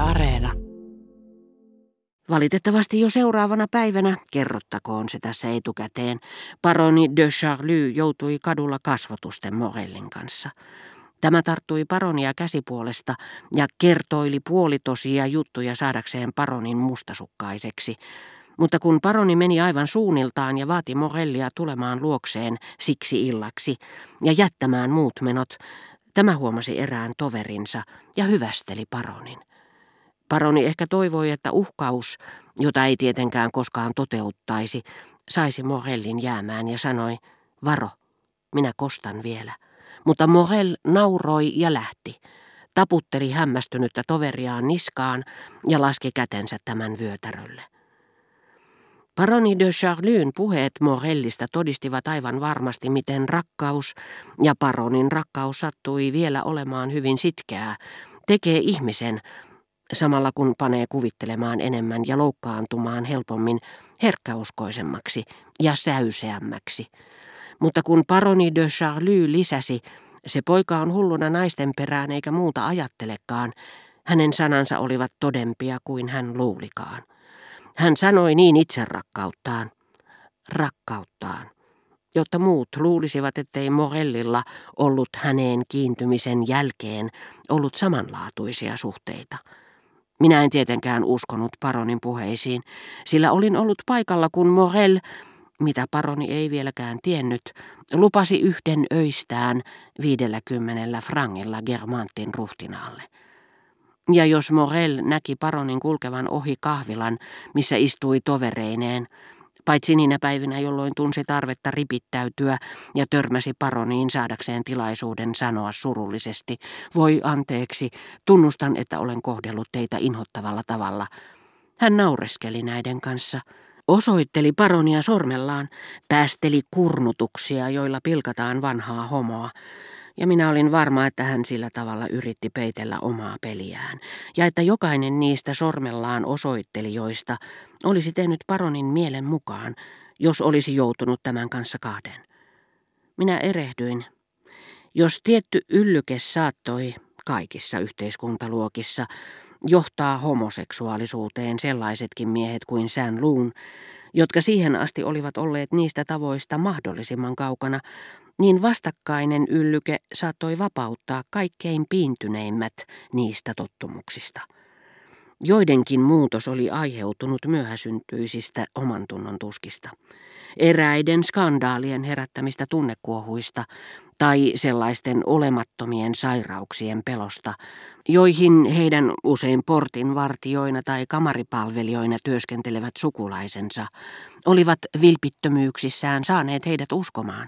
Areena. Valitettavasti jo seuraavana päivänä, kerrottakoon se tässä etukäteen, paroni de Charlie joutui kadulla kasvotusten Morellin kanssa. Tämä tarttui paronia käsipuolesta ja kertoili puolitosia juttuja saadakseen paronin mustasukkaiseksi. Mutta kun paroni meni aivan suunniltaan ja vaati Morellia tulemaan luokseen siksi illaksi ja jättämään muut menot, tämä huomasi erään toverinsa ja hyvästeli paronin. Paroni ehkä toivoi, että uhkaus, jota ei tietenkään koskaan toteuttaisi, saisi Morellin jäämään ja sanoi, varo, minä kostan vielä. Mutta Morell nauroi ja lähti, taputteli hämmästynyttä toveriaan niskaan ja laski kätensä tämän vyötärölle. Paroni de Charlyn puheet Morellista todistivat aivan varmasti, miten rakkaus, ja paronin rakkaus sattui vielä olemaan hyvin sitkeää, tekee ihmisen, samalla kun panee kuvittelemaan enemmän ja loukkaantumaan helpommin herkkäuskoisemmaksi ja säyseämmäksi. Mutta kun paroni de Charlie lisäsi, se poika on hulluna naisten perään eikä muuta ajattelekaan, hänen sanansa olivat todempia kuin hän luulikaan. Hän sanoi niin rakkauttaan, jotta muut luulisivat, ettei Morellilla ollut häneen kiintymisen jälkeen ollut samanlaatuisia suhteita. Minä en tietenkään uskonut paronin puheisiin, sillä olin ollut paikalla, kun Morell, mitä paroni ei vieläkään tiennyt, lupasi yhden öistään 50 frangilla Guermantin ruhtinaalle. Ja jos Morell näki paronin kulkevan ohi kahvilan, missä istui tovereineen, paitsi niinä päivinä, jolloin tunsi tarvetta ripittäytyä ja törmäsi paroniin saadakseen tilaisuuden sanoa surullisesti, voi anteeksi, tunnustan, että olen kohdellut teitä inhottavalla tavalla. Hän naureskeli näiden kanssa, osoitteli paronia sormellaan, päästeli kurnutuksia, joilla pilkataan vanhaa homoa, ja minä olin varma, että hän sillä tavalla yritti peitellä omaa peliään, ja että jokainen niistä sormellaan osoittelijoista olisi tehnyt paronin mielen mukaan, jos olisi joutunut tämän kanssa kahden. Minä erehdyin. Jos tietty yllyke saattoi kaikissa yhteiskuntaluokissa johtaa homoseksuaalisuuteen sellaisetkin miehet kuin Saint-Loup, jotka siihen asti olivat olleet niistä tavoista mahdollisimman kaukana, niin vastakkainen yllyke saattoi vapauttaa kaikkein piintyneimmät niistä tottumuksista. Joidenkin muutos oli aiheutunut myöhäsyntyisistä omantunnon tuskista, eräiden skandaalien herättämistä tunnekuohuista tai sellaisten olemattomien sairauksien pelosta, joihin heidän usein portinvartijoina tai kamaripalvelijoina työskentelevät sukulaisensa olivat vilpittömyyksissään saaneet heidät uskomaan.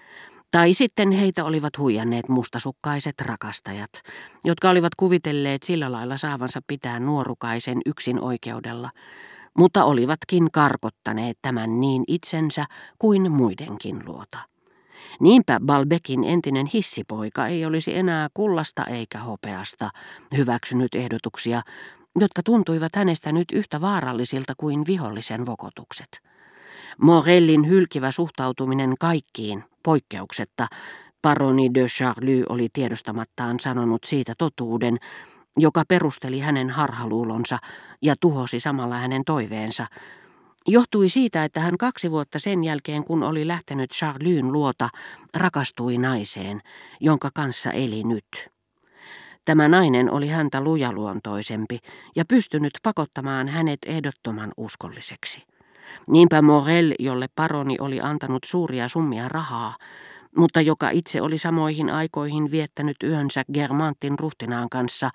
Tai sitten heitä olivat huijanneet mustasukkaiset rakastajat, jotka olivat kuvitelleet sillä lailla saavansa pitää nuorukaisen yksin oikeudella, mutta olivatkin karkottaneet tämän niin itsensä kuin muidenkin luota. Niinpä Balbecin entinen hissipoika ei olisi enää kullasta eikä hopeasta hyväksynyt ehdotuksia, jotka tuntuivat hänestä nyt yhtä vaarallisilta kuin vihollisen vokotukset. Morellin hylkivä suhtautuminen kaikkiin, poikkeuksetta, paroni de Charlie oli tiedostamattaan sanonut siitä totuuden, joka perusteli hänen harhaluulonsa ja tuhosi samalla hänen toiveensa, johtui siitä, että hän 2 vuotta sen jälkeen, kun oli lähtenyt Charlyn luota, rakastui naiseen, jonka kanssa eli nyt. Tämä nainen oli häntä lujaluontoisempi ja pystynyt pakottamaan hänet ehdottoman uskolliseksi. Niinpä Morell, jolle paroni oli antanut suuria summia rahaa, mutta joka itse oli samoihin aikoihin viettänyt yönsä Guermantin ruhtinaan kanssa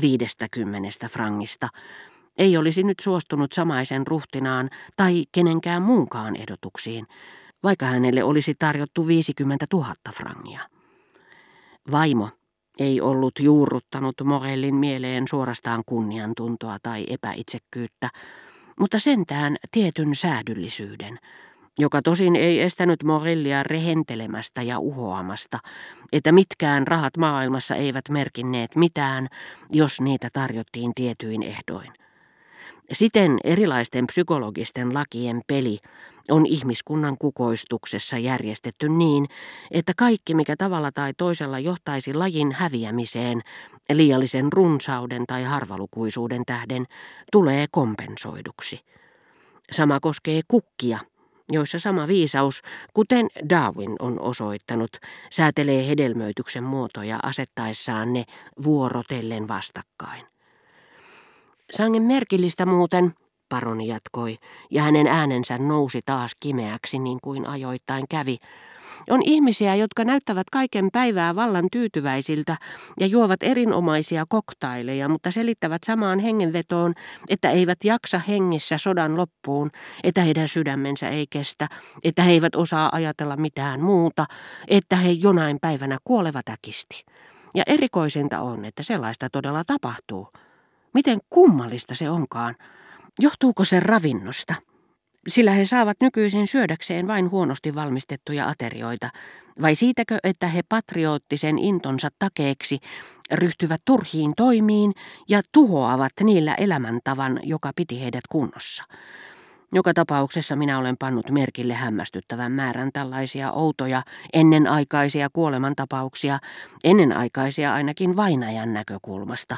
50 frangista, ei olisi nyt suostunut samaisen ruhtinaan tai kenenkään muunkaan ehdotuksiin, vaikka hänelle olisi tarjottu 50 000 frangia. Vaimo ei ollut juurruttanut Morellin mieleen suorastaan kunniantuntoa tai epäitsekkyyttä, mutta sentään tietyn säädyllisyyden, joka tosin ei estänyt Morellia rehentelemästä ja uhoamasta, että mitkään rahat maailmassa eivät merkinneet mitään, jos niitä tarjottiin tietyin ehdoin. Siten erilaisten psykologisten lakien peli on ihmiskunnan kukoistuksessa järjestetty niin, että kaikki mikä tavalla tai toisella johtaisi lajin häviämiseen, liiallisen runsauden tai harvalukuisuuden tähden tulee kompensoiduksi. Sama koskee kukkia, joissa sama viisaus, kuten Darwin on osoittanut, säätelee hedelmöityksen muotoja asettaessaan ne vuorotellen vastakkain. Sangen merkillistä muuten, paroni jatkoi, ja hänen äänensä nousi taas kimeäksi niin kuin ajoittain kävi. On ihmisiä, jotka näyttävät kaiken päivää vallan tyytyväisiltä ja juovat erinomaisia koktaileja, mutta selittävät samaan hengenvetoon, että eivät jaksa hengissä sodan loppuun, että heidän sydämensä ei kestä, että he eivät osaa ajatella mitään muuta, että he jonain päivänä kuolevat äkisti. Ja erikoisinta on, että sellaista todella tapahtuu. Miten kummallista se onkaan? Johtuuko se ravinnosta? Sillä he saavat nykyisin syödäkseen vain huonosti valmistettuja aterioita, vai siitäkö, että he patriottisen intonsa takeeksi ryhtyvät turhiin toimiin ja tuhoavat niillä elämäntavan, joka piti heidät kunnossa. Joka tapauksessa minä olen pannut merkille hämmästyttävän määrän tällaisia outoja, ennenaikaisia kuolemantapauksia, ennenaikaisia ainakin vainajan näkökulmasta.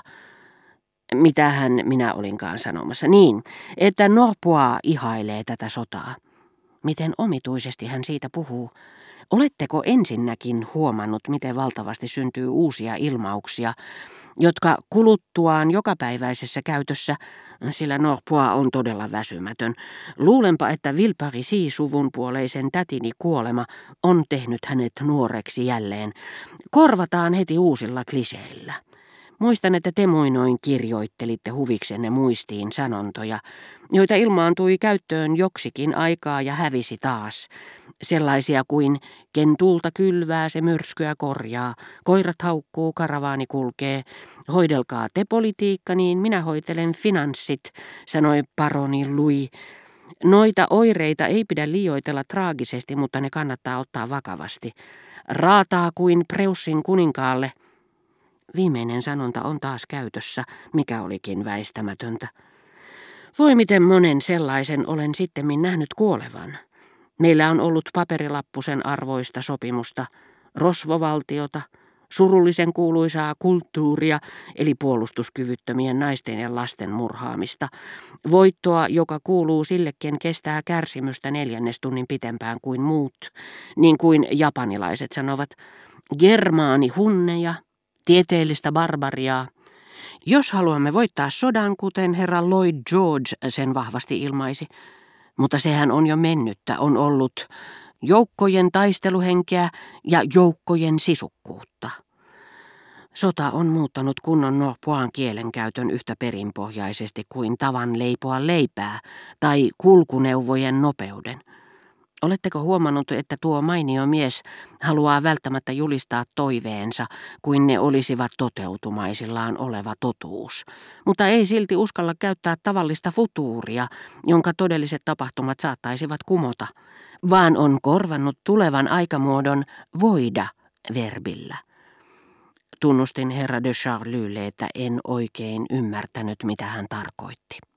Mitähän minä olinkaan sanomassa? Niin, että Norpois ihailee tätä sotaa. Miten omituisesti hän siitä puhuu. Oletteko ensinnäkin huomannut, miten valtavasti syntyy uusia ilmauksia, jotka kuluttuaan jokapäiväisessä käytössä, sillä Norpois on todella väsymätön. Luulenpa, että Villeparisis-suvun puoleisen tätini kuolema on tehnyt hänet nuoreksi jälleen. Korvataan heti uusilla kliseillä. Muistan, että te muinoin kirjoittelitte huviksenne muistiin sanontoja, joita ilmaantui käyttöön joksikin aikaa ja hävisi taas. Sellaisia kuin ken tuulta kylvää, se myrskyä korjaa, koirat haukkuu, karavaani kulkee, hoidelkaa te politiikka, niin minä hoitelen finanssit, sanoi paroni Louis. Noita oireita ei pidä liioitella traagisesti, mutta ne kannattaa ottaa vakavasti. Raataa kuin Preussin kuninkaalle. Viimeinen sanonta on taas käytössä, mikä olikin väistämätöntä. Voi miten monen sellaisen olen sittemmin nähnyt kuolevan. Meillä on ollut paperilappusen arvoista sopimusta, rosvovaltiota, surullisen kuuluisaa kulttuuria, eli puolustuskyvyttömien naisten ja lasten murhaamista, voittoa, joka kuuluu sille, ken kestää kärsimystä 4 tunnin pitempään kuin muut, niin kuin japanilaiset sanovat, germaanihunneja, tieteellistä barbariaa. Jos haluamme voittaa sodan, kuten herra Lloyd George sen vahvasti ilmaisi, mutta sehän on jo mennyttä, on ollut joukkojen taisteluhenkeä ja joukkojen sisukkuutta. Sota on muuttanut kunnon Norpoisin kielenkäytön yhtä perinpohjaisesti kuin tavan leipoa leipää tai kulkuneuvojen nopeuden. Oletteko huomannut, että tuo mainio mies haluaa välttämättä julistaa toiveensa, kuin ne olisivat toteutumaisillaan oleva totuus, mutta ei silti uskalla käyttää tavallista futuuria, jonka todelliset tapahtumat saattaisivat kumota, vaan on korvannut tulevan aikamuodon voida verbillä. Tunnustin herra de Charlylle, että en oikein ymmärtänyt, mitä hän tarkoitti.